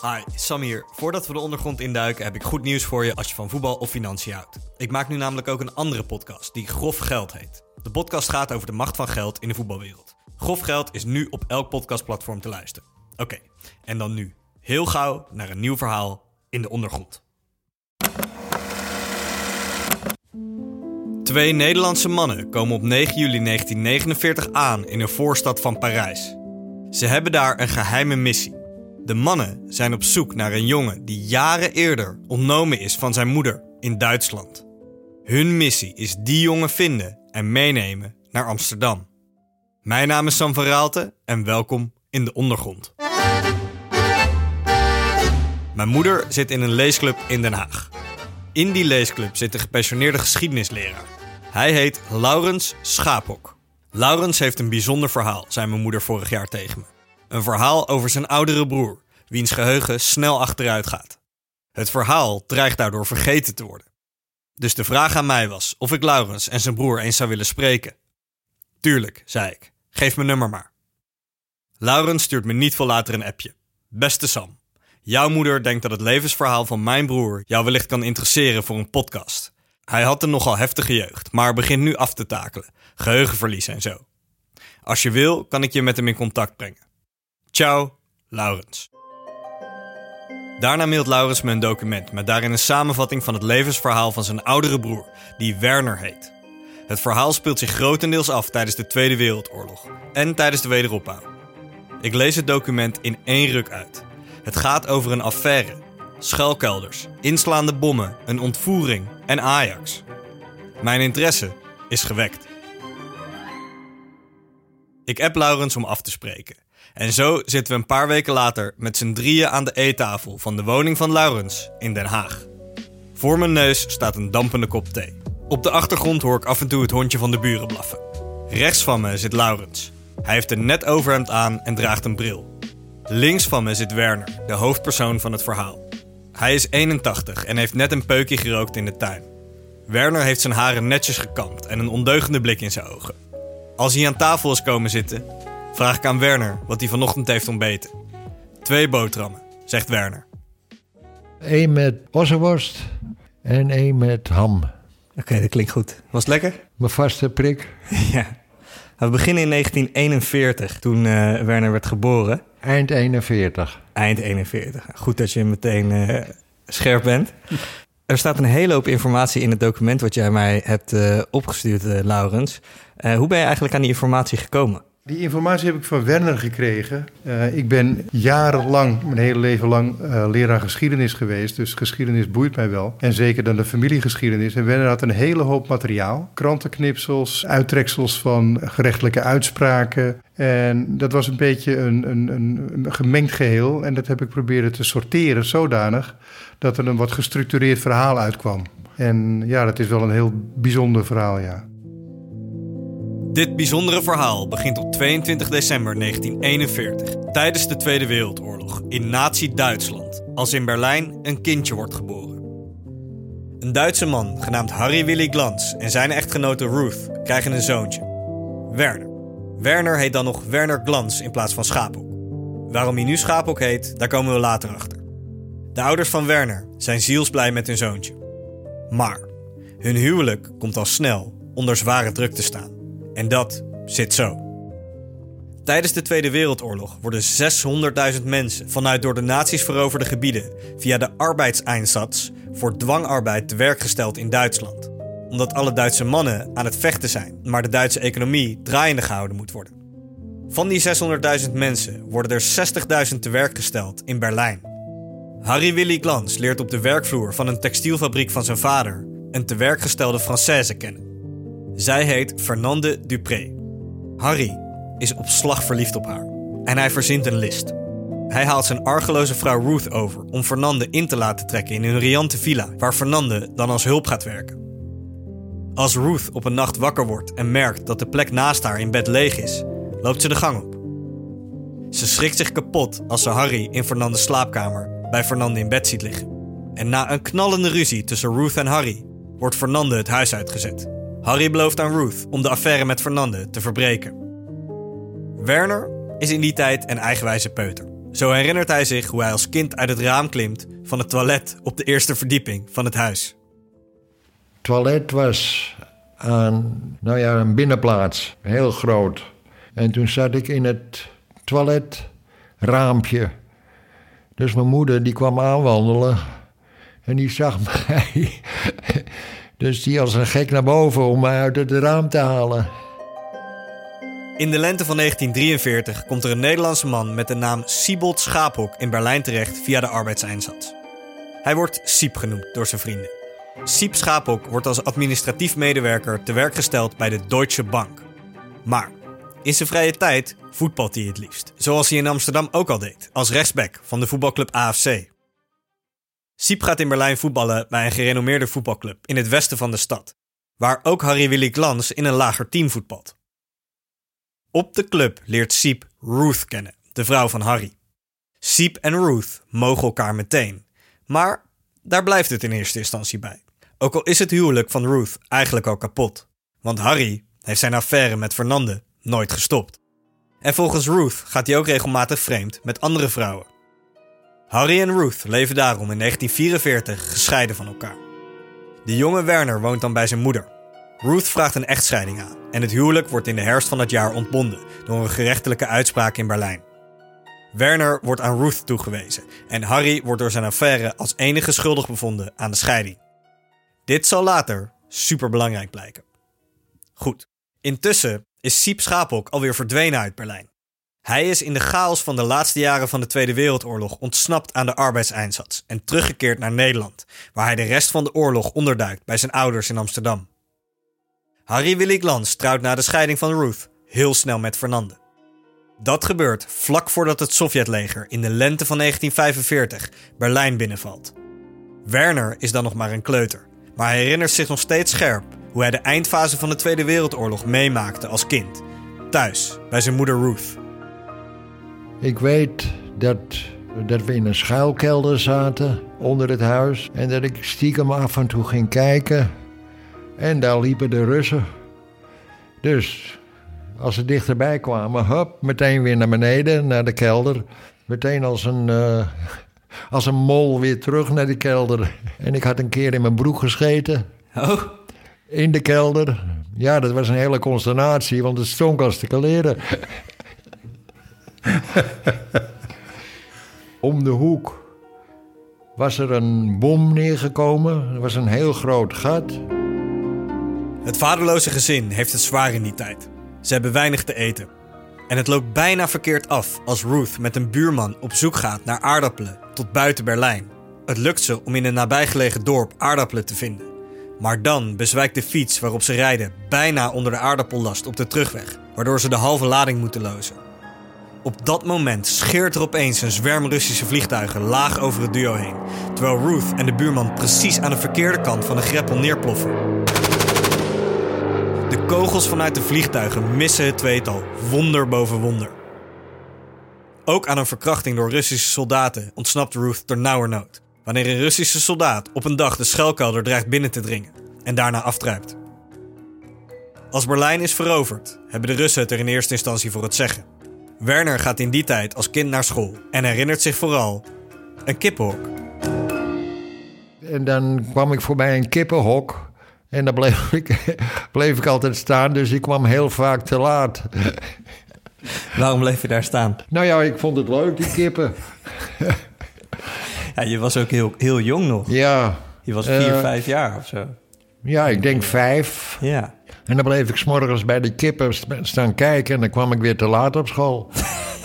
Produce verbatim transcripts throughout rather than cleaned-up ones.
Hi, Sam hier. Voordat we de ondergrond induiken heb ik goed nieuws voor je als je van voetbal of financiën houdt. Ik maak nu namelijk ook een andere podcast die Grof Geld heet. De podcast gaat over de macht van geld in de voetbalwereld. Grof Geld is nu op elk podcastplatform te luisteren. Oké, okay, en dan nu heel gauw naar een nieuw verhaal in de ondergrond. Twee Nederlandse mannen komen op negen juli negentien negenenveertig aan in een voorstad van Parijs. Ze hebben daar een geheime missie. De mannen zijn op zoek naar een jongen die jaren eerder ontnomen is van zijn moeder in Duitsland. Hun missie is die jongen vinden en meenemen naar Amsterdam. Mijn naam is Sam van Raalte en welkom in de ondergrond. Mijn moeder zit in een leesclub in Den Haag. In die leesclub zit een gepensioneerde geschiedenisleraar. Hij heet Laurens Schaaphok. Laurens heeft een bijzonder verhaal, zei mijn moeder vorig jaar tegen me. Een verhaal over zijn oudere broer, wiens geheugen snel achteruit gaat. Het verhaal dreigt daardoor vergeten te worden. Dus de vraag aan mij was of ik Laurens en zijn broer eens zou willen spreken. Tuurlijk, zei ik. Geef mijn nummer maar. Laurens stuurt me niet veel later een appje. Beste Sam, jouw moeder denkt dat het levensverhaal van mijn broer jou wellicht kan interesseren voor een podcast. Hij had een nogal heftige jeugd, maar begint nu af te takelen. Geheugenverlies en zo. Als je wil, kan ik je met hem in contact brengen. Ciao, Laurens. Daarna mailt Laurens me een document met daarin een samenvatting van het levensverhaal van zijn oudere broer, die Werner heet. Het verhaal speelt zich grotendeels af tijdens de Tweede Wereldoorlog en tijdens de wederopbouw. Ik lees het document in één ruk uit. Het gaat over een affaire, schuilkelders, inslaande bommen, een ontvoering en Ajax. Mijn interesse is gewekt. Ik app Laurens om af te spreken. En zo zitten we een paar weken later met z'n drieën aan de eettafel van de woning van Laurens in Den Haag. Voor mijn neus staat een dampende kop thee. Op de achtergrond hoor ik af en toe het hondje van de buren blaffen. Rechts van me zit Laurens. Hij heeft een net overhemd aan en draagt een bril. Links van me zit Werner, de hoofdpersoon van het verhaal. Hij is eenentachtig en heeft net een peukje gerookt in de tuin. Werner heeft zijn haren netjes gekamd en een ondeugende blik in zijn ogen. Als hij aan tafel is komen zitten, vraag ik aan Werner wat hij vanochtend heeft ontbeten. Twee boterhammen, zegt Werner. Eén met ossenworst en één met ham. Oké, okay, dat klinkt goed. Was het lekker? Mijn vaste prik. Ja. We beginnen in negentien eenenveertig, toen uh, Werner werd geboren. Eind eenenveertig. Eind eenenveertig. Goed dat je meteen uh, scherp bent. Er staat een hele hoop informatie in het document wat jij mij hebt uh, opgestuurd, uh, Laurens. Uh, hoe ben je eigenlijk aan die informatie gekomen? Die informatie heb ik van Werner gekregen. Uh, ik ben jarenlang, mijn hele leven lang, uh, leraar geschiedenis geweest. Dus geschiedenis boeit mij wel. En zeker dan de familiegeschiedenis. En Werner had een hele hoop materiaal. Krantenknipsels, uittreksels van gerechtelijke uitspraken. En dat was een beetje een, een, een, een gemengd geheel. En dat heb ik proberen te sorteren zodanig dat er een wat gestructureerd verhaal uitkwam. En ja, dat is wel een heel bijzonder verhaal, ja. Dit bijzondere verhaal begint op tweeëntwintig december negentien eenenveertig, tijdens de Tweede Wereldoorlog, in Nazi-Duitsland, als in Berlijn een kindje wordt geboren. Een Duitse man, genaamd Harry Willy Glans, en zijn echtgenote Ruth krijgen een zoontje, Werner. Werner heet dan nog Werner Glans in plaats van Schaaphok. Waarom hij nu Schaaphok heet, daar komen we later achter. De ouders van Werner zijn zielsblij met hun zoontje. Maar hun huwelijk komt al snel onder zware druk te staan. En dat zit zo. Tijdens de Tweede Wereldoorlog worden zeshonderdduizend mensen vanuit door de nazi's veroverde gebieden via de arbeidseinsatz voor dwangarbeid te werk gesteld in Duitsland. Omdat alle Duitse mannen aan het vechten zijn, maar de Duitse economie draaiende gehouden moet worden. Van die zeshonderdduizend mensen worden er zestigduizend te werk gesteld in Berlijn. Harry Willy Glans leert op de werkvloer van een textielfabriek van zijn vader een te werk gestelde Française kennen. Zij heet Fernande Dupré. Harry is op slag verliefd op haar en hij verzint een list. Hij haalt zijn argeloze vrouw Ruth over om Fernande in te laten trekken in hun riante villa, waar Fernande dan als hulp gaat werken. Als Ruth op een nacht wakker wordt en merkt dat de plek naast haar in bed leeg is, loopt ze de gang op. Ze schrikt zich kapot als ze Harry in Fernandes slaapkamer bij Fernande in bed ziet liggen. En na een knallende ruzie tussen Ruth en Harry wordt Fernande het huis uitgezet. Harry belooft aan Ruth om de affaire met Fernande te verbreken. Werner is in die tijd een eigenwijze peuter. Zo herinnert hij zich hoe hij als kind uit het raam klimt van het toilet op de eerste verdieping van het huis. Het toilet was aan, nou ja, een binnenplaats, heel groot. En toen zat ik in het toiletraampje. Dus mijn moeder die kwam aanwandelen en die zag mij. Dus die als een gek naar boven om mij uit het raam te halen. In de lente van negentien drieënveertig komt er een Nederlandse man met de naam Siebold Schaaphok in Berlijn terecht via de arbeidseinsatz. Hij wordt Siep genoemd door zijn vrienden. Siep Schaaphok wordt als administratief medewerker te werk gesteld bij de Deutsche Bank. Maar in zijn vrije tijd voetbalt hij het liefst, zoals hij in Amsterdam ook al deed, als rechtsback van de voetbalclub A F C. Siep gaat in Berlijn voetballen bij een gerenommeerde voetbalclub in het westen van de stad, waar ook Harry Willy Glans in een lager team voetbalt. Op de club leert Siep Ruth kennen, de vrouw van Harry. Siep en Ruth mogen elkaar meteen, maar daar blijft het in eerste instantie bij. Ook al is het huwelijk van Ruth eigenlijk al kapot, want Harry heeft zijn affaire met Fernande nooit gestopt. En volgens Ruth gaat hij ook regelmatig vreemd met andere vrouwen. Harry en Ruth leven daarom in negentien vierenveertig gescheiden van elkaar. De jonge Werner woont dan bij zijn moeder. Ruth vraagt een echtscheiding aan en het huwelijk wordt in de herfst van het jaar ontbonden door een gerechtelijke uitspraak in Berlijn. Werner wordt aan Ruth toegewezen en Harry wordt door zijn affaire als enige schuldig bevonden aan de scheiding. Dit zal later superbelangrijk blijken. Goed, intussen is Siep Schaaphok alweer verdwenen uit Berlijn. Hij is in de chaos van de laatste jaren van de Tweede Wereldoorlog ontsnapt aan de arbeidseinsatz en teruggekeerd naar Nederland, waar hij de rest van de oorlog onderduikt bij zijn ouders in Amsterdam. Harry Willy Glans trouwt na de scheiding van Ruth heel snel met Fernande. Dat gebeurt vlak voordat het Sovjetleger in de lente van negentien vijfenveertig Berlijn binnenvalt. Werner is dan nog maar een kleuter, maar hij herinnert zich nog steeds scherp hoe hij de eindfase van de Tweede Wereldoorlog meemaakte als kind, thuis bij zijn moeder Ruth. Ik weet dat, dat we in een schuilkelder zaten onder het huis en dat ik stiekem af en toe ging kijken en daar liepen de Russen. Dus als ze dichterbij kwamen, hop, meteen weer naar beneden, naar de kelder. Meteen als een, uh, als een mol weer terug naar de kelder. En ik had een keer in mijn broek gescheten. Oh. In de kelder. Ja, dat was een hele consternatie, want het stonk als te kaleren. Om de hoek was er een bom neergekomen. Er was een heel groot gat. Het vaderloze gezin heeft het zwaar in die tijd. Ze hebben weinig te eten. En het loopt bijna verkeerd af als Ruth met een buurman op zoek gaat naar aardappelen tot buiten Berlijn. Het lukt ze om in een nabijgelegen dorp aardappelen te vinden. Maar dan bezwijkt de fiets waarop ze rijden bijna onder de aardappellast op de terugweg, waardoor ze de halve lading moeten lozen. Op dat moment scheert er opeens een zwerm Russische vliegtuigen laag over het duo heen, terwijl Ruth en de buurman precies aan de verkeerde kant van de greppel neerploffen. De kogels vanuit de vliegtuigen missen het tweetal, wonder boven wonder. Ook aan een verkrachting door Russische soldaten ontsnapt Ruth ternauwernood, wanneer een Russische soldaat op een dag de schuilkelder dreigt binnen te dringen en daarna aftruipt. Als Berlijn is veroverd, hebben de Russen het er in eerste instantie voor het zeggen. Werner gaat in die tijd als kind naar school en herinnert zich vooral een kippenhok. En dan kwam ik voorbij een kippenhok en daar bleef ik, bleef ik altijd staan, dus ik kwam heel vaak te laat. Waarom bleef je daar staan? Nou ja, ik vond het leuk, die kippen. Ja, je was ook heel, heel jong nog. Ja. Je was vier, uh, vijf jaar of zo. Ja, ik denk vijf. Ja. En dan bleef ik 's morgens bij de kippen staan kijken en dan kwam ik weer te laat op school.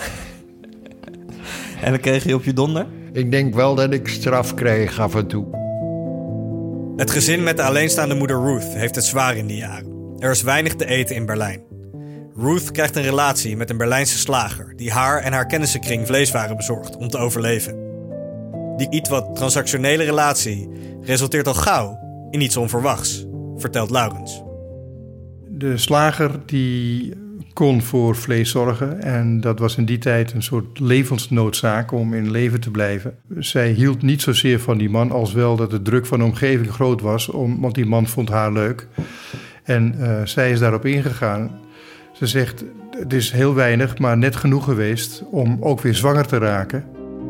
En dan kreeg je op je donder? Ik denk wel dat ik straf kreeg af en toe. Het gezin met de alleenstaande moeder Ruth heeft het zwaar in die jaren. Er is weinig te eten in Berlijn. Ruth krijgt een relatie met een Berlijnse slager die haar en haar kennissenkring vleeswaren bezorgt om te overleven. Die iets wat transactionele relatie resulteert al gauw in iets onverwachts, vertelt Laurens. De slager die kon voor vlees zorgen en dat was in die tijd een soort levensnoodzaak om in leven te blijven. Zij hield niet zozeer van die man als wel dat de druk van de omgeving groot was, om, want die man vond haar leuk. En uh, zij is daarop ingegaan. Ze zegt, Het is heel weinig, maar net genoeg geweest om ook weer zwanger te raken.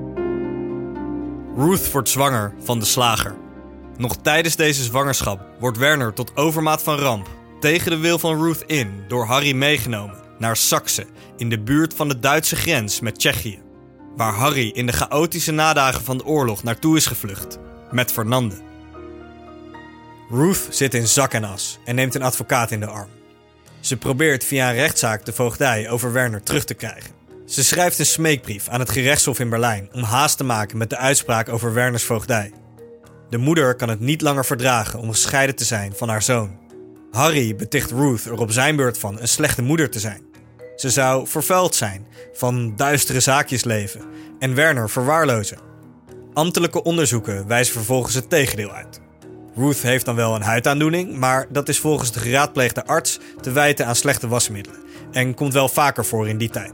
Ruth wordt zwanger van de slager. Nog tijdens deze zwangerschap wordt Werner tot overmaat van ramp tegen de wil van Ruth in door Harry meegenomen naar Sakse in de buurt van de Duitse grens met Tsjechië, waar Harry in de chaotische nadagen van de oorlog naartoe is gevlucht, met Fernande. Ruth zit in zak en as en neemt een advocaat in de arm. Ze probeert via een rechtszaak de voogdij over Werner terug te krijgen. Ze schrijft een smeekbrief aan het gerechtshof in Berlijn om haast te maken met de uitspraak over Werners voogdij. De moeder kan het niet langer verdragen om gescheiden te zijn van haar zoon. Harry beticht Ruth er op zijn beurt van een slechte moeder te zijn. Ze zou vervuild zijn, van duistere zaakjes leven en Werner verwaarlozen. Ambtelijke onderzoeken wijzen vervolgens het tegendeel uit. Ruth heeft dan wel een huidaandoening, maar dat is volgens de geraadpleegde arts te wijten aan slechte wasmiddelen en komt wel vaker voor in die tijd.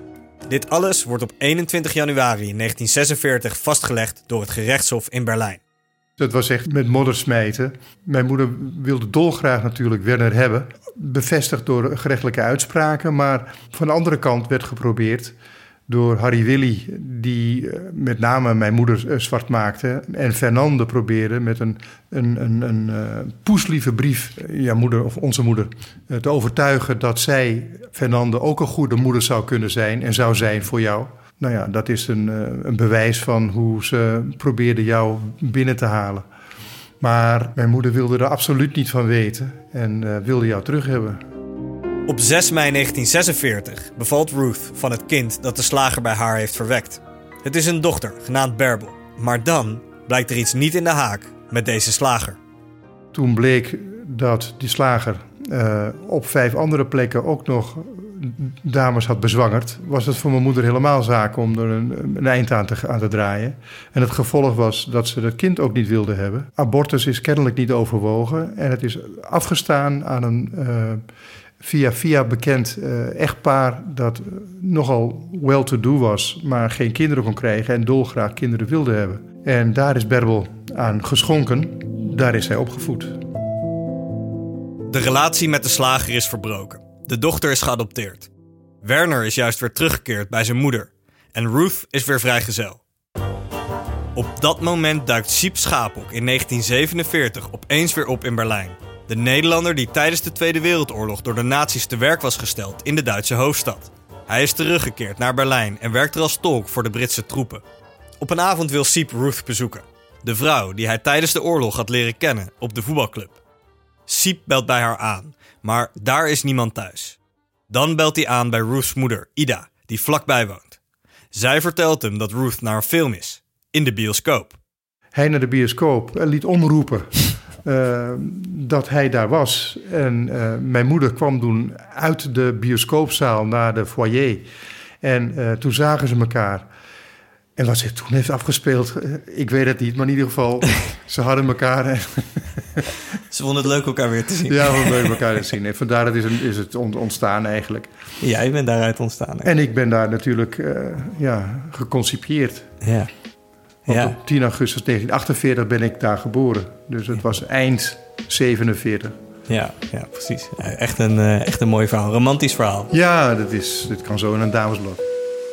Dit alles wordt op eenentwintig januari negentien zesenveertig vastgelegd door het gerechtshof in Berlijn. Dat was echt met modder smijten. Mijn moeder wilde dolgraag natuurlijk Werner hebben. Bevestigd door gerechtelijke uitspraken. Maar van de andere kant werd geprobeerd door Harry Willy, die met name mijn moeder zwart maakte. En Fernande probeerde met een, een, een, een uh, poeslieve brief, ja, moeder, of onze moeder, uh, te overtuigen dat zij, Fernande, ook een goede moeder zou kunnen zijn en zou zijn voor jou. Nou ja, dat is een, een bewijs van hoe ze probeerde jou binnen te halen. Maar mijn moeder wilde er absoluut niet van weten en uh, wilde jou terug hebben. Op zes mei negentien zesenveertig bevalt Ruth van het kind dat de slager bij haar heeft verwekt. Het is een dochter, genaamd Bärbel. Maar dan blijkt er iets niet in de haak met deze slager. Toen bleek dat die slager uh, op vijf andere plekken ook nog dames had bezwangerd, was het voor mijn moeder helemaal zaak om er een, een eind aan te, aan te draaien. En het gevolg was dat ze het kind ook niet wilde hebben. Abortus is kennelijk niet overwogen en het is afgestaan aan een uh, via via bekend uh, echtpaar dat nogal well-to-do was, maar geen kinderen kon krijgen en dolgraag kinderen wilde hebben. En daar is Bärbel aan geschonken, daar is zij opgevoed. De relatie met de slager is verbroken. De dochter is geadopteerd. Werner is juist weer teruggekeerd bij zijn moeder. En Ruth is weer vrijgezel. Op dat moment duikt Siep Schapok in negentien zevenenveertig opeens weer op in Berlijn. De Nederlander die tijdens de Tweede Wereldoorlog door de nazi's te werk was gesteld in de Duitse hoofdstad. Hij is teruggekeerd naar Berlijn en werkt er als tolk voor de Britse troepen. Op een avond wil Siep Ruth bezoeken. De vrouw die hij tijdens de oorlog had leren kennen op de voetbalclub. Siep belt bij haar aan, maar daar is niemand thuis. Dan belt hij aan bij Ruths moeder, Ida, die vlakbij woont. Zij vertelt hem dat Ruth naar een film is, in de bioscoop. Hij naar de bioscoop en liet omroepen uh, dat hij daar was. En uh, mijn moeder kwam toen uit de bioscoopzaal naar de foyer. En uh, toen zagen ze elkaar. En wat zich toen heeft afgespeeld, ik weet het niet, maar in ieder geval, ze hadden elkaar. Ze vonden het leuk elkaar weer te zien. Ja, we vonden leuk elkaar te zien. En vandaar dat is, een, is het ontstaan eigenlijk. Jij bent daaruit ontstaan. Hè? En ik ben daar natuurlijk uh, ja, geconcipieerd. Ja. Want ja. op tien augustus negentien achtenveertig ben ik daar geboren. Dus het was eind zevenenveertig. Ja, ja precies. Ja, echt, een, uh, echt een mooi verhaal. Een romantisch verhaal. Ja, dat, is, dat kan zo in een damesblad.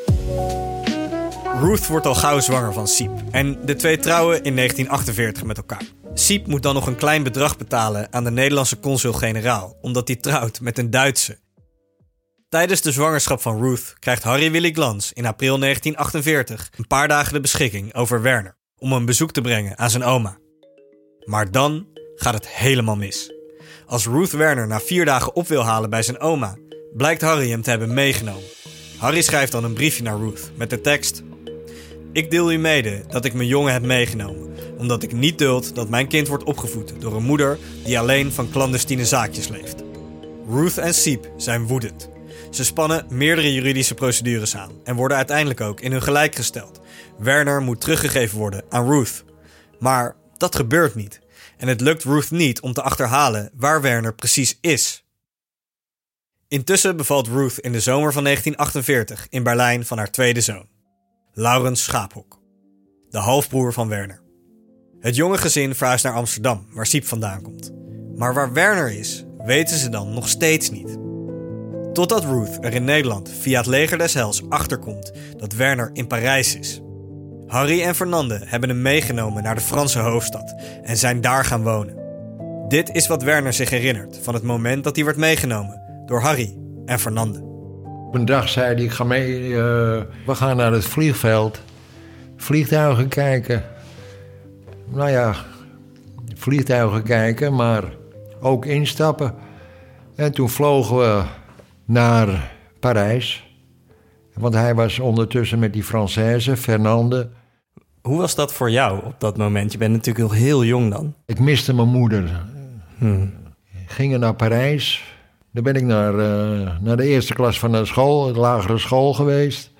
Ruth wordt al gauw zwanger van Siep. En de twee trouwen in negentien achtenveertig met elkaar. Siep moet dan nog een klein bedrag betalen aan de Nederlandse consul-generaal, omdat hij trouwt met een Duitse. Tijdens de zwangerschap van Ruth krijgt Harry Willy Glans in april negentien achtenveertig een paar dagen de beschikking over Werner, om een bezoek te brengen aan zijn oma. Maar dan gaat het helemaal mis. Als Ruth Werner na vier dagen op wil halen bij zijn oma, blijkt Harry hem te hebben meegenomen. Harry schrijft dan een briefje naar Ruth met de tekst: Ik deel u mede dat ik mijn jongen heb meegenomen, omdat ik niet duld dat mijn kind wordt opgevoed door een moeder die alleen van clandestine zaakjes leeft. Ruth en Siep zijn woedend. Ze spannen meerdere juridische procedures aan en worden uiteindelijk ook in hun gelijk gesteld. Werner moet teruggegeven worden aan Ruth. Maar dat gebeurt niet. En het lukt Ruth niet om te achterhalen waar Werner precies is. Intussen bevalt Ruth in de zomer van negentien achtenveertig in Berlijn van haar tweede zoon, Laurens Schapok, de halfbroer van Werner. Het jonge gezin verhuist naar Amsterdam, waar Siep vandaan komt. Maar waar Werner is, weten ze dan nog steeds niet. Totdat Ruth er in Nederland via het leger des Heils achterkomt dat Werner in Parijs is. Harry en Fernande hebben hem meegenomen naar de Franse hoofdstad en zijn daar gaan wonen. Dit is wat Werner zich herinnert van het moment dat hij werd meegenomen door Harry en Fernande. Op een dag zei hij, ik ga mee, uh, we gaan naar het vliegveld. Vliegtuigen kijken. Nou ja, vliegtuigen kijken, maar ook instappen. En toen vlogen we naar Parijs. Want hij was ondertussen met die Française, Fernande. Hoe was dat voor jou op dat moment? Je bent natuurlijk nog heel jong dan. Ik miste mijn moeder. Hmm. Gingen naar Parijs. Dan ben ik naar, uh, naar de eerste klas van de school, de lagere school geweest.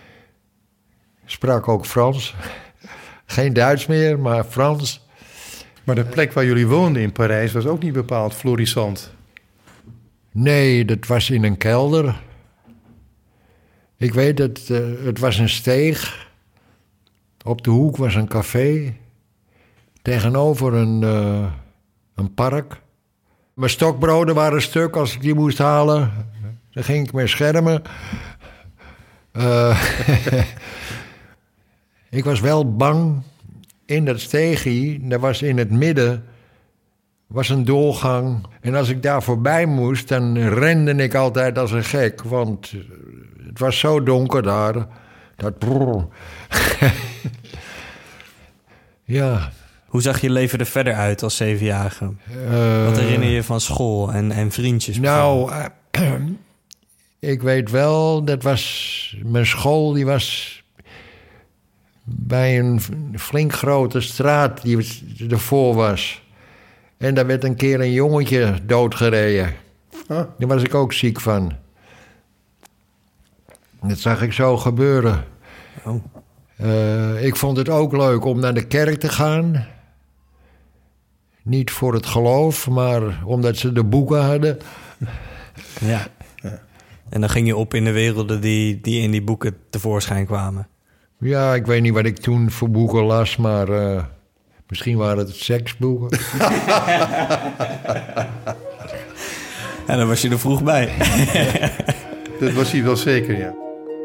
Sprak ook Frans. Geen Duits meer, maar Frans. Maar de plek waar jullie woonden in Parijs was ook niet bepaald florissant. Nee, dat was in een kelder. Ik weet dat uh, het was een steeg. Op de hoek was een café. Tegenover een, uh, een park. Mijn stokbroden waren stuk als ik die moest halen. Dan ging ik mee schermen. Uh, ik was wel bang. In dat steegje, dat was in het midden, was een doorgang. En als ik daar voorbij moest, dan rende ik altijd als een gek. Want het was zo donker daar. Dat brrr. Ja. Hoe zag je leven er verder uit als zevenjarige? Uh, Wat herinner je van school en, en vriendjes? Nou, uh, ik weet wel, dat was... Mijn school, die was bij een flink grote straat die ervoor was. En daar werd een keer een jongetje doodgereden. Huh? Daar was ik ook ziek van. Dat zag ik zo gebeuren. Oh. Uh, ik vond het ook leuk om naar de kerk te gaan. Niet voor het geloof, maar omdat ze de boeken hadden. Ja. En dan ging je op in de werelden die, die in die boeken tevoorschijn kwamen. Ja, ik weet niet wat ik toen voor boeken las, maar uh, misschien waren het seksboeken. En dan was je er vroeg bij. Dat was hij wel zeker, ja.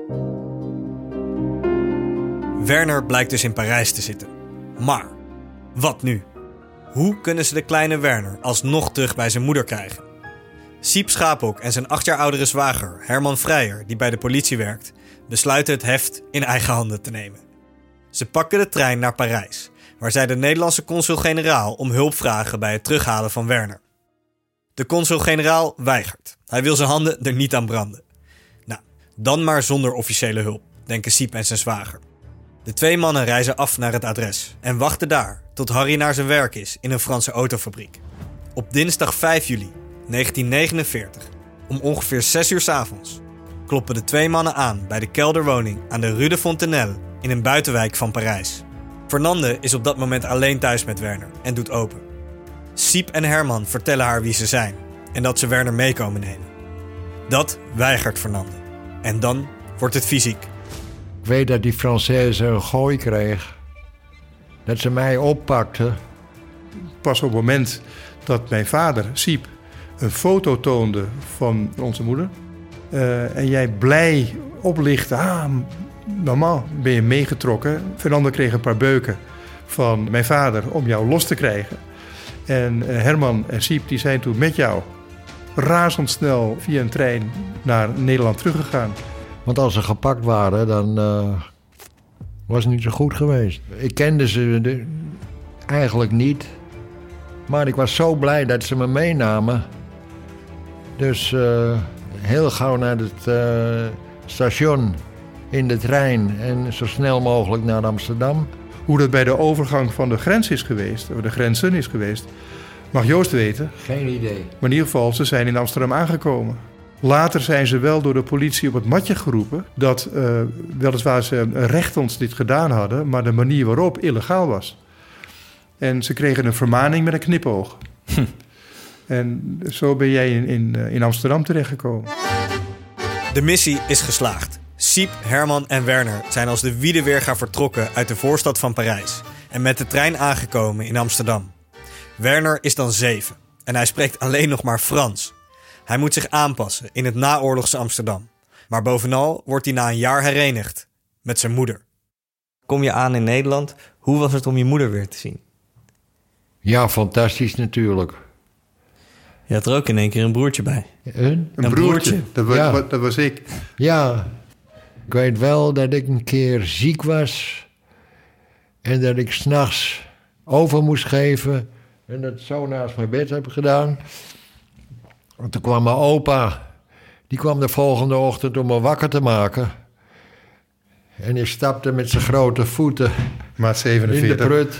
Werner blijkt dus in Parijs te zitten. Maar, wat nu? Hoe kunnen ze de kleine Werner alsnog terug bij zijn moeder krijgen? Siep Schapok en zijn acht jaar oudere zwager, Herman Vrijer, die bij de politie werkt, besluiten het heft in eigen handen te nemen. Ze pakken de trein naar Parijs, waar zij de Nederlandse consul-generaal om hulp vragen bij het terughalen van Werner. De consul-generaal weigert. Hij wil zijn handen er niet aan branden. Nou, dan maar zonder officiële hulp, denken Siep en zijn zwager. De twee mannen reizen af naar het adres en wachten daar tot Harry naar zijn werk is in een Franse autofabriek. Op dinsdag vijf juli negentien negenenveertig, om ongeveer zes uur 's avonds, kloppen de twee mannen aan bij de kelderwoning aan de Rue de Fontenelle in een buitenwijk van Parijs. Fernande is op dat moment alleen thuis met Werner en doet open. Siep en Herman vertellen haar wie ze zijn en dat ze Werner mee komen nemen. Dat weigert Fernande. En dan wordt het fysiek. Ik weet dat die Française een gooi kreeg. Dat ze mij oppakte. Pas op het moment dat mijn vader, Siep, een foto toonde van onze moeder. Uh, en jij blij oplichtte. Ah, mama, ben je meegetrokken. Fernande kreeg een paar beuken van mijn vader om jou los te krijgen. En uh, Herman en Siep die zijn toen met jou razendsnel via een trein naar Nederland teruggegaan. Want als ze gepakt waren, dan uh, was het niet zo goed geweest. Ik kende ze de, eigenlijk niet. Maar ik was zo blij dat ze me meenamen. Dus uh, heel gauw naar het uh, station in de trein en zo snel mogelijk naar Amsterdam. Hoe dat bij de overgang van de grens is geweest, of de grenzen is geweest, mag Joost weten. Geen idee. Maar in ieder geval, ze zijn in Amsterdam aangekomen. Later zijn ze wel door de politie op het matje geroepen dat uh, weliswaar ze rechtens dit gedaan hadden, maar de manier waarop illegaal was. En ze kregen een vermaning met een knipoog. Hm. En zo ben jij in, in, in Amsterdam terechtgekomen. De missie is geslaagd. Siep, Herman en Werner zijn als de wiedeweerga vertrokken uit de voorstad van Parijs en met de trein aangekomen in Amsterdam. Werner is dan zeven en hij spreekt alleen nog maar Frans. Hij moet zich aanpassen in het naoorlogse Amsterdam. Maar bovenal wordt hij na een jaar herenigd met zijn moeder. Kom je aan in Nederland, hoe was het om je moeder weer te zien? Ja, fantastisch natuurlijk. Je had er ook in één keer een broertje bij. Een? Een, Een broertje, broertje. Dat, was, Ja. dat was ik. Ja, ik weet wel dat ik een keer ziek was en dat ik 's nachts over moest geven en dat zo naast mijn bed heb gedaan. Want toen kwam mijn opa, die kwam de volgende ochtend om me wakker te maken. En hij stapte met zijn grote voeten Maat in de zevenenveertig. prut.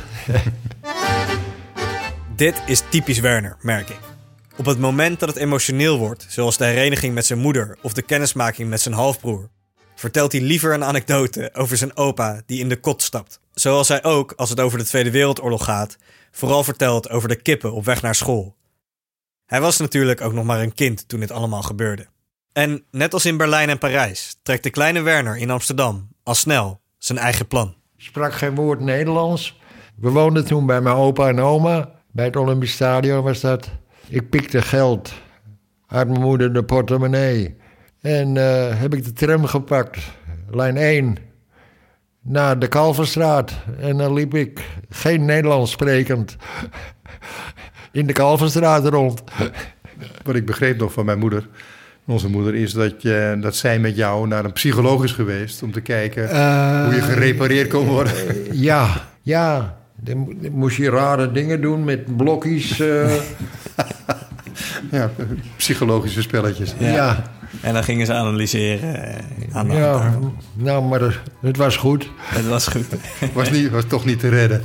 Dit is typisch Werner, merk ik. Op het moment dat het emotioneel wordt, zoals de hereniging met zijn moeder of de kennismaking met zijn halfbroer, vertelt hij liever een anekdote over zijn opa die in de kot stapt. Zoals hij ook, als het over de Tweede Wereldoorlog gaat, vooral vertelt over de kippen op weg naar school. Hij was natuurlijk ook nog maar een kind toen dit allemaal gebeurde. En net als in Berlijn en Parijs trekt de kleine Werner in Amsterdam al snel zijn eigen plan. Ik sprak geen woord Nederlands. We woonden toen bij mijn opa en oma. Bij het Olympisch Stadion was dat. Ik pikte geld uit mijn moeder de portemonnee. En uh, heb ik de tram gepakt. Lijn één. Naar de Kalverstraat. En dan liep ik, geen Nederlands sprekend, in de Kalverstraat rond. Wat ik begreep nog van mijn moeder, onze moeder, is dat, je, dat zij met jou naar een psycholoog is geweest om te kijken Uh, hoe je gerepareerd kon worden. Ja, ja. Dan mo- dan moest je rare dingen doen met blokjes. uh, Ja, psychologische spelletjes. ja. ja. En dan gingen ze analyseren eh, aan de hand Ja, daarvan. nou, maar het- het was goed. Het was goed. Was, niet, was toch niet te redden.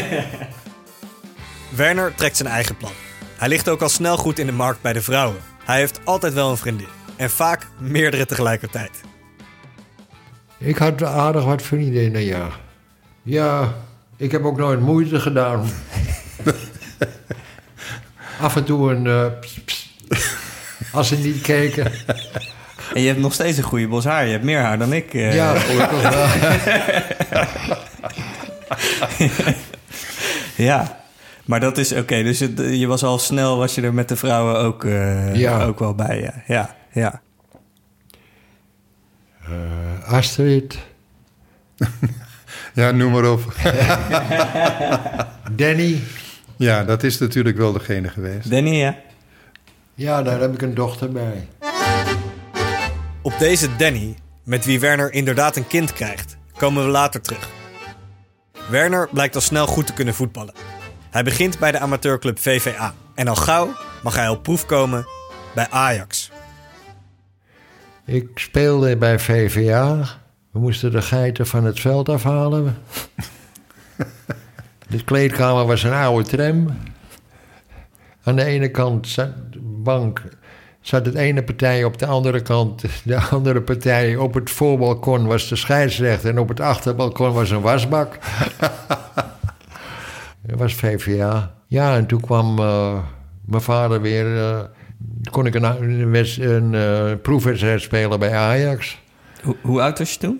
Werner trekt zijn eigen plan. Hij ligt ook al snel goed in de markt bij de vrouwen. Hij heeft altijd wel een vriendin. En vaak meerdere tegelijkertijd. Ik had aardig wat vriendinnen, ja. Ja, ik heb ook nooit moeite gedaan. Af en toe een... eh, pst, pst, als ze niet keken. En je hebt nog steeds een goede bos haar. Je hebt meer haar dan ik. eh. Ja, gelukkig wel. Ja. Maar dat is oké. Dus het, je was al snel, was je er met de vrouwen ook, eh, Ja. ook wel bij. Ja, ja. ja. Eh, Astrid, Ja, noem maar op. Danny. Ja, dat is natuurlijk wel degene geweest. Danny, ja. Ja, daar heb ik een dochter bij. Op deze Danny, met wie Werner inderdaad een kind krijgt, komen we later terug. Werner blijkt al snel goed te kunnen voetballen. Hij begint bij de amateurclub V V A. En al gauw mag hij op proef komen bij Ajax. Ik speelde bij V V A. We moesten de geiten van het veld afhalen. De kleedkamer was een oude tram. Aan de ene kant zat de bank, zat het ene partij, op de andere kant de andere partij. Op het voorbalkon was de scheidsrechter en op het achterbalkon was een wasbak. Dat was V V A. Ja, en toen kwam uh, mijn vader weer... Uh, kon ik een, een, een uh, proefwedstrijd spelen bij Ajax. Hoe, hoe oud was je toen?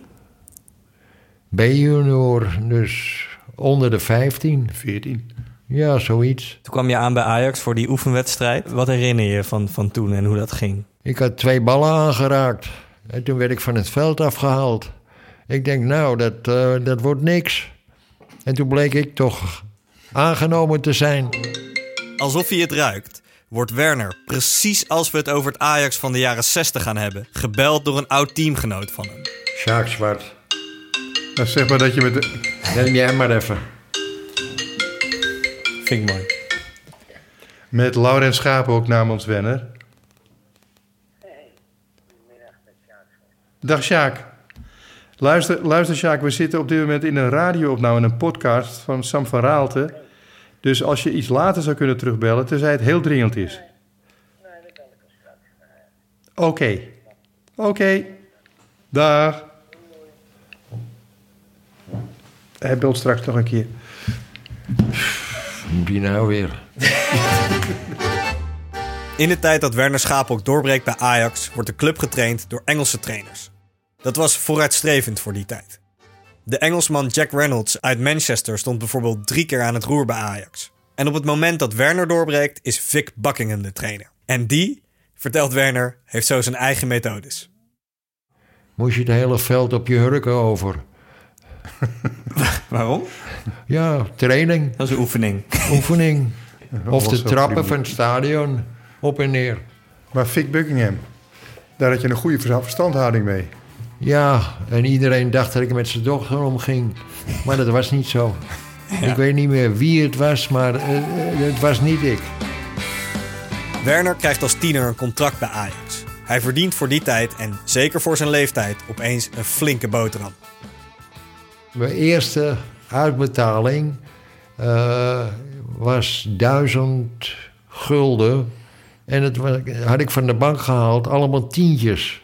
B-junior, dus onder de vijftien. veertien. Ja, zoiets. Toen kwam je aan bij Ajax voor die oefenwedstrijd. Wat herinner je van, van toen en hoe dat ging? Ik had twee ballen aangeraakt. En toen werd ik van het veld afgehaald. Ik denk, nou, dat, uh, dat wordt niks. En toen bleek ik toch aangenomen te zijn. Alsof hij het ruikt, wordt Werner, precies als we het over het Ajax van de jaren zestig gaan hebben, gebeld door een oud teamgenoot van hem. Sjaak Zwart. Nou, zeg maar dat je met de... Neem jij maar even. Vind ik mooi. Met Laurens Schaap ook namens Werner. Dag Sjaak. Luister, luister Sjaak, we zitten op dit moment in een radio-opname, een podcast van Sam van Raalte. Dus als je iets later zou kunnen terugbellen, tenzij het heel dringend is. Nee, dat kan ik straks. Oké. Okay. Oké. Okay. Dag. Hij belt straks nog een keer. Moet die nou weer? In de tijd dat Werner Schaap ook doorbreekt bij Ajax, wordt de club getraind door Engelse trainers. Dat was vooruitstrevend voor die tijd. De Engelsman Jack Reynolds uit Manchester stond bijvoorbeeld drie keer aan het roer bij Ajax. En op het moment dat Werner doorbreekt is Vic Buckingham de trainer. En die, vertelt Werner, heeft zo zijn eigen methodes. Moest je het hele veld op je hurken over. Waarom? Ja, training, Dat is een oefening. oefening. Of was de zo trappen prima. van het stadion, op en neer. Maar Vic Buckingham, daar had je een goede versta- verstandhouding mee. Ja, en iedereen dacht dat ik met zijn dochter omging. Maar dat was niet zo. Ik weet niet meer wie het was, maar uh, uh, het was niet ik. Werner krijgt als tiener een contract bij Ajax. Hij verdient voor die tijd en zeker voor zijn leeftijd opeens een flinke boterham. Mijn eerste uitbetaling uh, was duizend gulden. En dat wa- had ik van de bank gehaald, allemaal tientjes.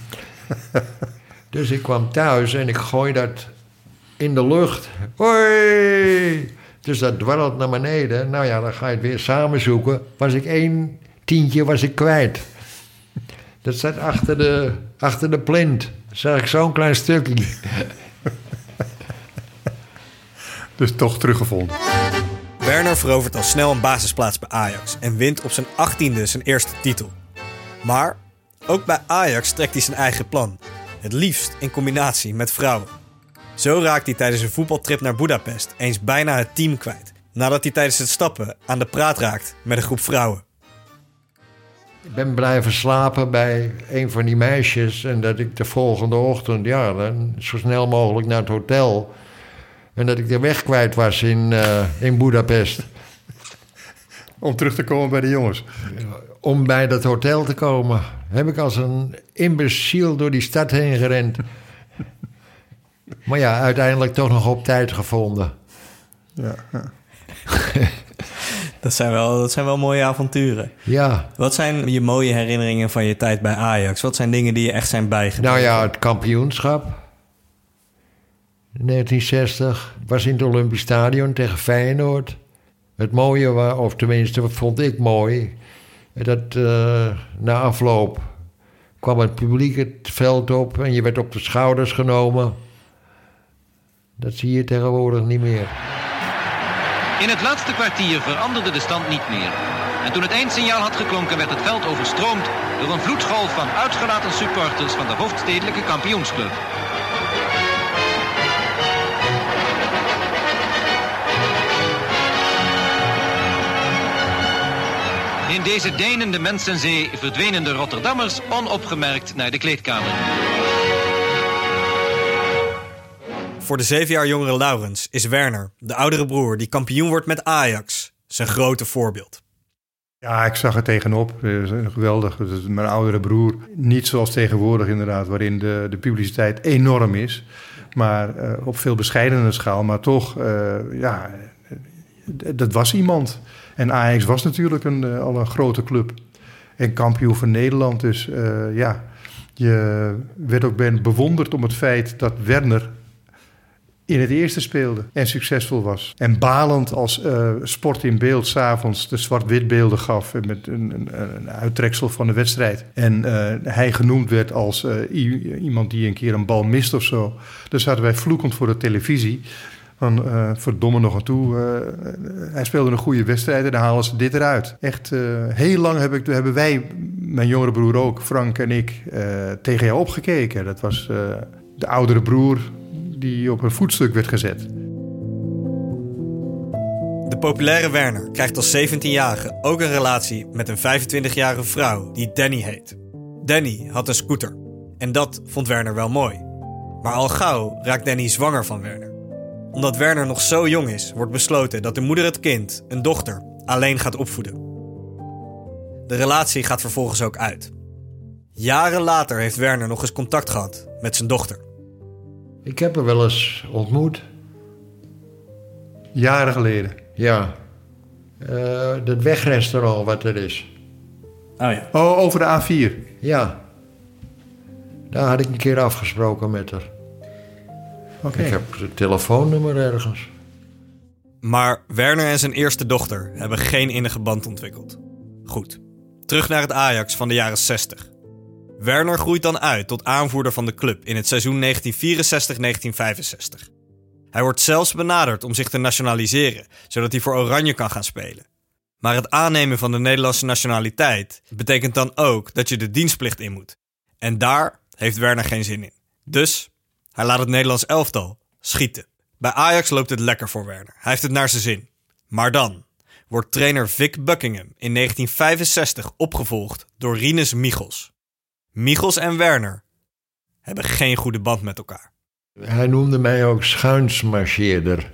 Dus ik kwam thuis en ik gooi dat in de lucht. Hoi! Dus dat dwarrelt naar beneden. Nou ja, dan ga je het weer samenzoeken. Was ik één tientje was ik kwijt. Dat zat achter de, achter de plint. Zag ik zo'n klein stukje. Dus toch teruggevonden. Werner verovert al snel een basisplaats bij Ajax en wint op zijn achttiende zijn eerste titel. Maar ook bij Ajax trekt hij zijn eigen plan. Het liefst in combinatie met vrouwen. Zo raakt hij tijdens een voetbaltrip naar Budapest eens bijna het team kwijt. Nadat hij tijdens het stappen aan de praat raakt met een groep vrouwen. Ik ben blijven slapen bij een van die meisjes. En dat ik de volgende ochtend, ja, dan zo snel mogelijk naar het hotel. En dat ik de weg kwijt was in, uh, in Budapest. Om terug te komen bij de jongens. Om bij dat hotel te komen, heb ik als een imbeciel door die stad heen gerend. Maar ja, uiteindelijk toch nog op tijd gevonden. Ja, ja. Dat zijn wel, dat zijn wel mooie avonturen. Ja, Wat zijn je mooie herinneringen van je tijd bij Ajax? Wat zijn dingen die je echt zijn bijgebleven? nou ja, het kampioenschap. negentien zestig was in het Olympisch Stadion tegen Feyenoord. Het mooie was, of tenminste vond ik mooi, dat uh, na afloop kwam het publiek het veld op en je werd op de schouders genomen. Dat zie je tegenwoordig niet meer. In het laatste kwartier veranderde de stand niet meer. En toen het eindsignaal had geklonken werd het veld overstroomd door een vloedgolf van uitgelaten supporters van de hoofdstedelijke kampioensclub. In deze deinende mensenzee verdwenen de Rotterdammers onopgemerkt naar de kleedkamer. Voor de zeven jaar jongere Laurens is Werner, de oudere broer die kampioen wordt met Ajax, zijn grote voorbeeld. Ja, ik zag het tegenop. Dat is geweldig. Dat is mijn oudere broer. Niet zoals tegenwoordig inderdaad, waarin de, de publiciteit enorm is. Maar uh, op veel bescheidener schaal. Maar toch, uh, ja, dat was iemand. En Ajax was natuurlijk een, uh, al een grote club. En kampioen van Nederland. Dus uh, ja, je werd ook ben bewonderd om het feit dat Werner in het eerste speelde en succesvol was. En balend als uh, Sport in Beeld 's avonds de zwart-wit beelden gaf met een, een, een uittreksel van de wedstrijd. En uh, hij genoemd werd als uh, i- iemand die een keer een bal mist of zo. Dus zaten wij vloekend voor de televisie. Van uh, verdomme nog aan toe. Uh, hij speelde een goede wedstrijd en dan halen ze dit eruit. Echt uh, heel lang heb ik, hebben wij, mijn jongere broer ook, Frank en ik, uh, tegen jou opgekeken. Dat was uh, de oudere broer die op een voetstuk werd gezet. De populaire Werner krijgt als zeventienjarige ook een relatie met een vijfentwintigjarige vrouw die Danny heet. Danny had een scooter en dat vond Werner wel mooi. Maar al gauw raakt Danny zwanger van Werner. Omdat Werner nog zo jong is, wordt besloten dat de moeder het kind, een dochter, alleen gaat opvoeden. De relatie gaat vervolgens ook uit. Jaren later heeft Werner nog eens contact gehad met zijn dochter. Ik heb haar wel eens ontmoet. Jaren geleden. Ja. Uh, dat wegrestaurant wat er is. Oh ja. Oh, over de A vier. Ja. Daar had ik een keer afgesproken met haar. Okay. Ik heb het telefoonnummer ergens. Maar Werner en zijn eerste dochter hebben geen innige band ontwikkeld. Goed, terug naar het Ajax van de jaren zestig. Werner groeit dan uit tot aanvoerder van de club in het seizoen negentien vierenzestig negentien vijfenzestig. Hij wordt zelfs benaderd om zich te nationaliseren, zodat hij voor Oranje kan gaan spelen. Maar het aannemen van de Nederlandse nationaliteit betekent dan ook dat je de dienstplicht in moet. En daar heeft Werner geen zin in. Dus hij laat het Nederlands elftal schieten. Bij Ajax loopt het lekker voor Werner. Hij heeft het naar zijn zin. Maar dan wordt trainer Vic Buckingham in negentien vijfenzestig opgevolgd door Rinus Michels. Michels en Werner hebben geen goede band met elkaar. Hij noemde mij ook schuinsmarcheerder.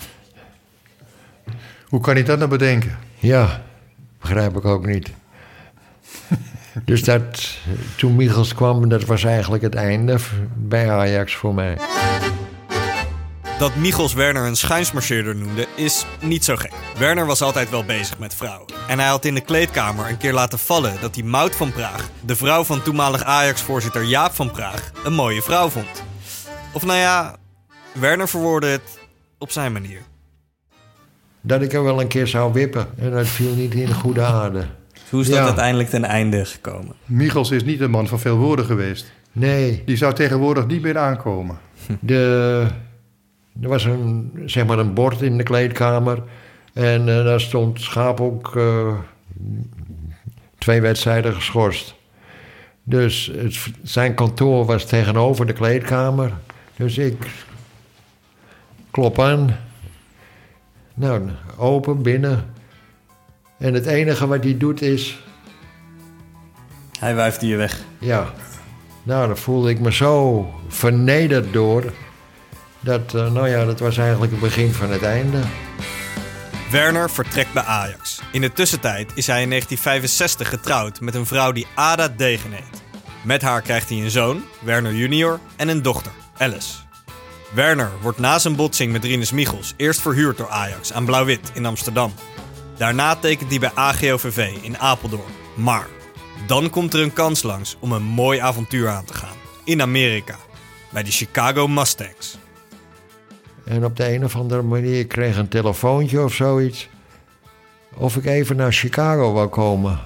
Hoe kan hij dat nou bedenken? Ja, begrijp ik ook niet. Dus dat, toen Michels kwam, dat was eigenlijk het einde bij Ajax voor mij. Dat Michels Werner een schuinsmarcheerder noemde is niet zo gek. Werner was altijd wel bezig met vrouwen. En hij had in de kleedkamer een keer laten vallen dat hij Maud van Praag, de vrouw van toenmalig Ajax-voorzitter Jaap van Praag, een mooie vrouw vond. Of nou ja, Werner verwoordde het op zijn manier. Dat ik er wel een keer zou wippen. En dat viel niet in goede aarde. Hoe is dat Ja. uiteindelijk ten einde gekomen? Michels is niet een man van veel woorden geweest. Nee, Die zou tegenwoordig niet meer aankomen. de, er was een, zeg maar een bord in de kleedkamer. En uh, daar stond Schaap ook uh, twee wedstrijden geschorst. Dus het, zijn kantoor was tegenover de kleedkamer. Dus ik klop aan. Nou, open, binnen. En het enige wat hij doet is... Hij wuifde je weg. Ja, nou, dan voelde ik me zo vernederd door. Dat, uh, nou ja, dat was eigenlijk het begin van het einde. Werner vertrekt bij Ajax. In de tussentijd is hij in negentien vijfenzestig getrouwd met een vrouw die Ada Degen heet. Met haar krijgt hij een zoon, Werner junior, en een dochter, Alice. Werner wordt na zijn botsing met Rinus Michels eerst verhuurd door Ajax aan Blauw-Wit in Amsterdam. Daarna tekent hij bij A G O V V in Apeldoorn. Maar dan komt er een kans langs om een mooi avontuur aan te gaan. In Amerika, bij de Chicago Mustangs. En op de een of andere manier kreeg ik een telefoontje of zoiets. Of ik even naar Chicago wou komen.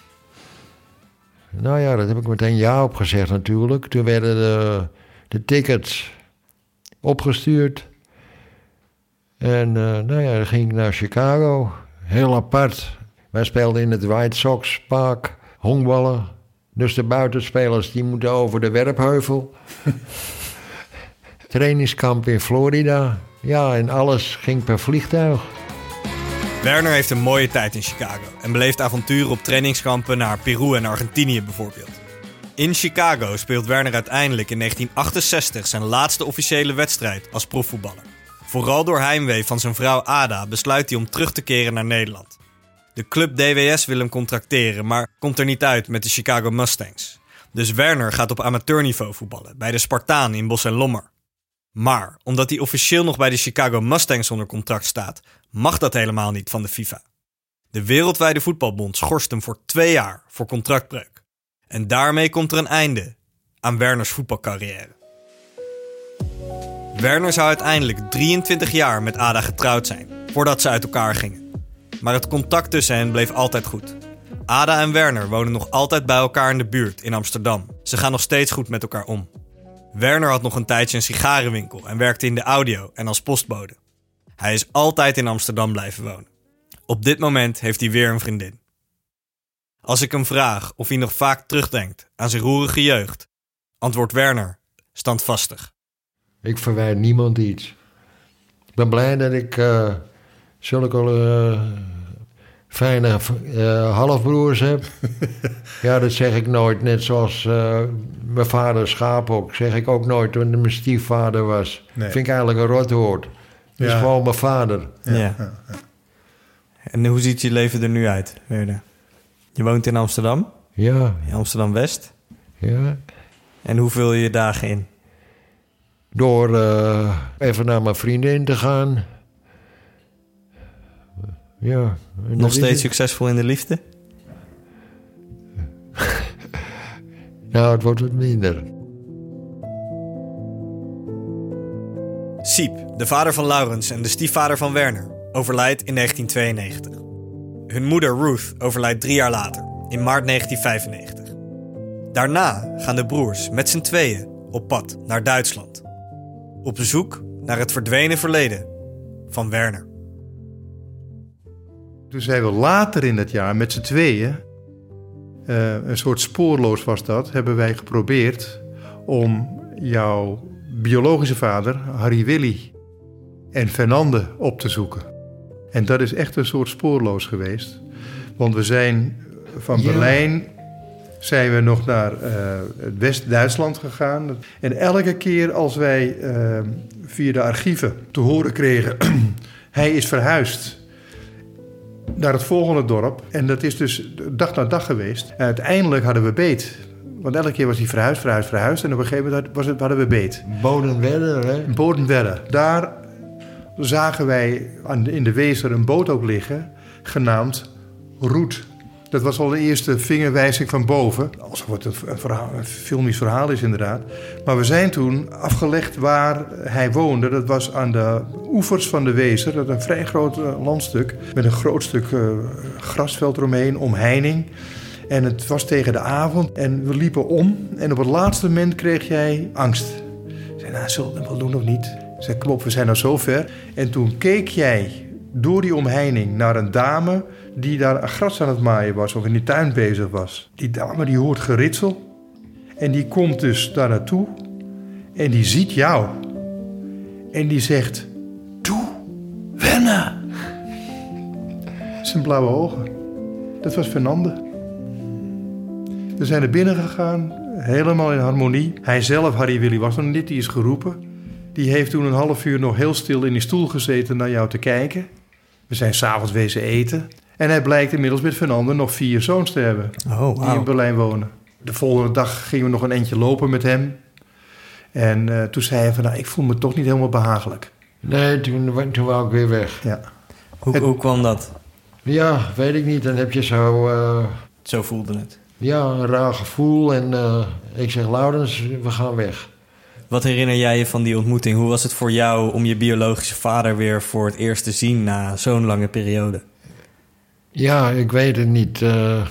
Nou ja, dat heb ik meteen ja op gezegd natuurlijk. Toen werden de, de tickets opgestuurd. En uh, nou ja, dan ging ik naar Chicago. Heel apart. Wij speelden in het White Sox Park, honkballen. Dus de buitenspelers die moeten over de werpheuvel. Trainingskamp in Florida. Ja, en alles ging per vliegtuig. Werner heeft een mooie tijd in Chicago en beleeft avonturen op trainingskampen naar Peru en Argentinië bijvoorbeeld. In Chicago speelt Werner uiteindelijk in negentien achtenzestig zijn laatste officiële wedstrijd als profvoetballer. Vooral door heimwee van zijn vrouw Ada besluit hij om terug te keren naar Nederland. De club D W S wil hem contracteren, maar komt er niet uit met de Chicago Mustangs. Dus Werner gaat op amateurniveau voetballen bij de Spartaan in Bosch en Lommer. Maar omdat hij officieel nog bij de Chicago Mustangs onder contract staat, mag dat helemaal niet van de FIFA. De Wereldwijde Voetbalbond schorst hem voor twee jaar voor contractbreuk. En daarmee komt er een einde aan Werners voetbalcarrière. Werner zou uiteindelijk drieëntwintig jaar met Ada getrouwd zijn, voordat ze uit elkaar gingen. Maar het contact tussen hen bleef altijd goed. Ada en Werner wonen nog altijd bij elkaar in de buurt in Amsterdam. Ze gaan nog steeds goed met elkaar om. Werner had nog een tijdje een sigarenwinkel en werkte in de audio en als postbode. Hij is altijd in Amsterdam blijven wonen. Op dit moment heeft hij weer een vriendin. Als ik hem vraag of hij nog vaak terugdenkt aan zijn roerige jeugd, antwoordt Werner standvastig. Ik verwijt niemand iets. Ik ben blij dat ik uh, zulke uh, fijne uh, halfbroers heb. Ja, dat zeg ik nooit. Net zoals uh, mijn vader Schaap ook. Zeg ik ook nooit toen hij mijn stiefvader was. Nee. Vind ik eigenlijk een rotwoord. Dat is Ja. gewoon mijn vader. Ja. Ja, ja. En hoe ziet je leven er nu uit, Werner? Je woont in Amsterdam, Ja, in Amsterdam-West. ja. En hoe vul je je dagen in? Door uh, even naar mijn vriendin te gaan. Ja. en dat Nog is steeds het. succesvol in de liefde? Nou, het wordt wat minder. Siep, de vader van Laurens en de stiefvader van Werner, overlijdt in negentien tweeënnegentig. Hun moeder Ruth overlijdt drie jaar later, in maart negentien vijfennegentig. Daarna gaan de broers met z'n tweeën op pad naar Duitsland. Op zoek naar het verdwenen verleden van Werner. Toen zijn we later in dat jaar met z'n tweeën, uh, een soort spoorloos was dat, hebben wij geprobeerd om jouw biologische vader, Harry Willy en Fernande op te zoeken. En dat is echt een soort spoorloos geweest. Want we zijn van ja. Berlijn zijn we nog naar uh, West-Duitsland gegaan. En elke keer als wij uh, via de archieven te horen kregen, hij is verhuisd naar het volgende dorp. En dat is dus dag na dag geweest. En uiteindelijk hadden we beet. Want elke keer was hij verhuisd, verhuisd, verhuisd. En op een gegeven moment was het, hadden we beet. Bodenwerder, hè? Bodenwerder. Daar zagen wij in de Wezer een boot ook liggen, genaamd Roet. Dat was al de eerste vingerwijzing van boven. Alsof het een, verhaal, een filmisch verhaal is inderdaad. Maar we zijn toen afgelegd waar hij woonde. Dat was aan de oevers van de Wezer. Dat is een vrij groot landstuk. Met een groot stuk uh, grasveld eromheen, omheining. En het was tegen de avond. En we liepen om. En op het laatste moment kreeg jij angst. Ik zei, nou, zullen we het wel doen of niet? Ik zei, kom op, we zijn al zo ver. En toen keek jij door die omheining naar een dame die daar gras aan het maaien was of in die tuin bezig was. Die dame die hoort geritsel en die komt dus daar naartoe en die ziet jou. En die zegt, toe, Werner. Zijn blauwe ogen. Dat was Fernande. We zijn er binnen gegaan, helemaal in harmonie. Hij zelf, Harry Willy, was nog niet, die is geroepen. Die heeft toen een half uur nog heel stil in die stoel gezeten naar jou te kijken. We zijn 's avonds wezen eten. En hij blijkt inmiddels met Fernande nog vier zoons te hebben. Oh, wow. Die in Berlijn wonen. De volgende dag gingen we nog een eindje lopen met hem. En uh, toen zei hij van, nou, ik voel me toch niet helemaal behagelijk. Nee, toen, toen wou ik weer weg. Ja. Hoe, het, hoe kwam dat? Ja, weet ik niet. Dan heb je zo... Uh, zo voelde het. Ja, een raar gevoel. En uh, ik zeg, Laurens, we gaan weg. Wat herinner jij je van die ontmoeting? Hoe was het voor jou om je biologische vader weer voor het eerst te zien na zo'n lange periode? Ja, ik weet het niet. Uh,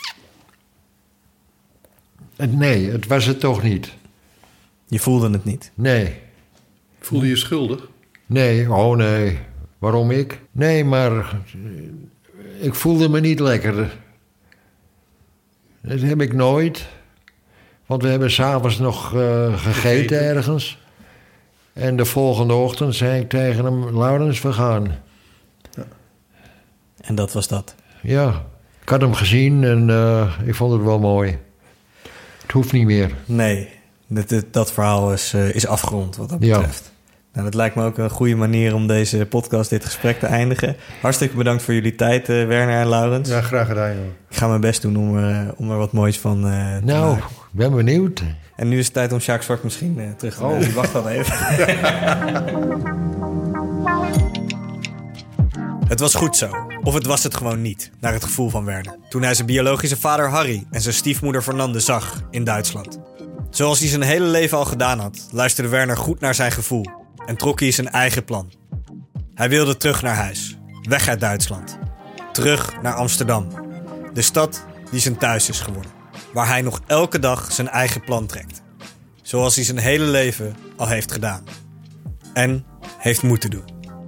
het, nee, het was het toch niet. Je voelde het niet? Nee. Voelde je schuldig? Nee, oh nee. Waarom ik? Nee, maar ik voelde me niet lekker. Dat heb ik nooit. Want we hebben 's avonds nog uh, gegeten ergens. En de volgende ochtend zei ik tegen hem, Laurens, we gaan. Ja. En dat was dat? Ja, ik had hem gezien en uh, ik vond het wel mooi. Het hoeft niet meer. Nee, dat, dat, dat verhaal is, uh, is afgerond wat dat betreft. Ja. Nou, dat lijkt me ook een goede manier om deze podcast, dit gesprek te eindigen. Hartstikke bedankt voor jullie tijd, uh, Werner en Laurens. Ja, graag gedaan, joh. Ik ga mijn best doen om, uh, om er wat moois van uh, te nou, maken. Ik ben benieuwd. En nu is het tijd om Sjaak Zwart misschien uh, terug te nemen. Oh. Wacht dan even. Het was goed zo. Of het was het gewoon niet, naar het gevoel van Werner. Toen hij zijn biologische vader Harry en zijn stiefmoeder Fernande zag in Duitsland. Zoals hij zijn hele leven al gedaan had, luisterde Werner goed naar zijn gevoel. En trok hij zijn eigen plan. Hij wilde terug naar huis. Weg uit Duitsland. Terug naar Amsterdam. De stad die zijn thuis is geworden. Waar hij nog elke dag zijn eigen plan trekt. Zoals hij zijn hele leven al heeft gedaan. En heeft moeten doen.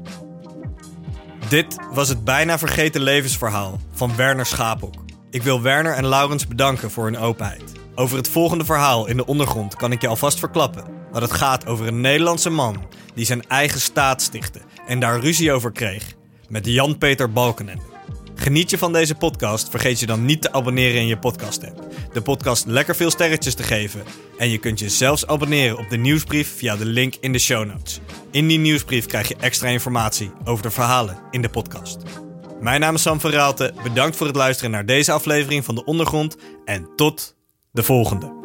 Dit was het bijna vergeten levensverhaal van Werner Schapok. Ik wil Werner en Laurens bedanken voor hun openheid. Over het volgende verhaal in de ondergrond kan ik je alvast verklappen dat het gaat over een Nederlandse man die zijn eigen staat stichtte en daar ruzie over kreeg met Jan-Peter Balkenende. Geniet je van deze podcast, vergeet je dan niet te abonneren in je podcast-app. De podcast lekker veel sterretjes te geven. En je kunt je zelfs abonneren op de nieuwsbrief via de link in de show notes. In die nieuwsbrief krijg je extra informatie over de verhalen in de podcast. Mijn naam is Sam van Raalte. Bedankt voor het luisteren naar deze aflevering van De Ondergrond. En tot de volgende.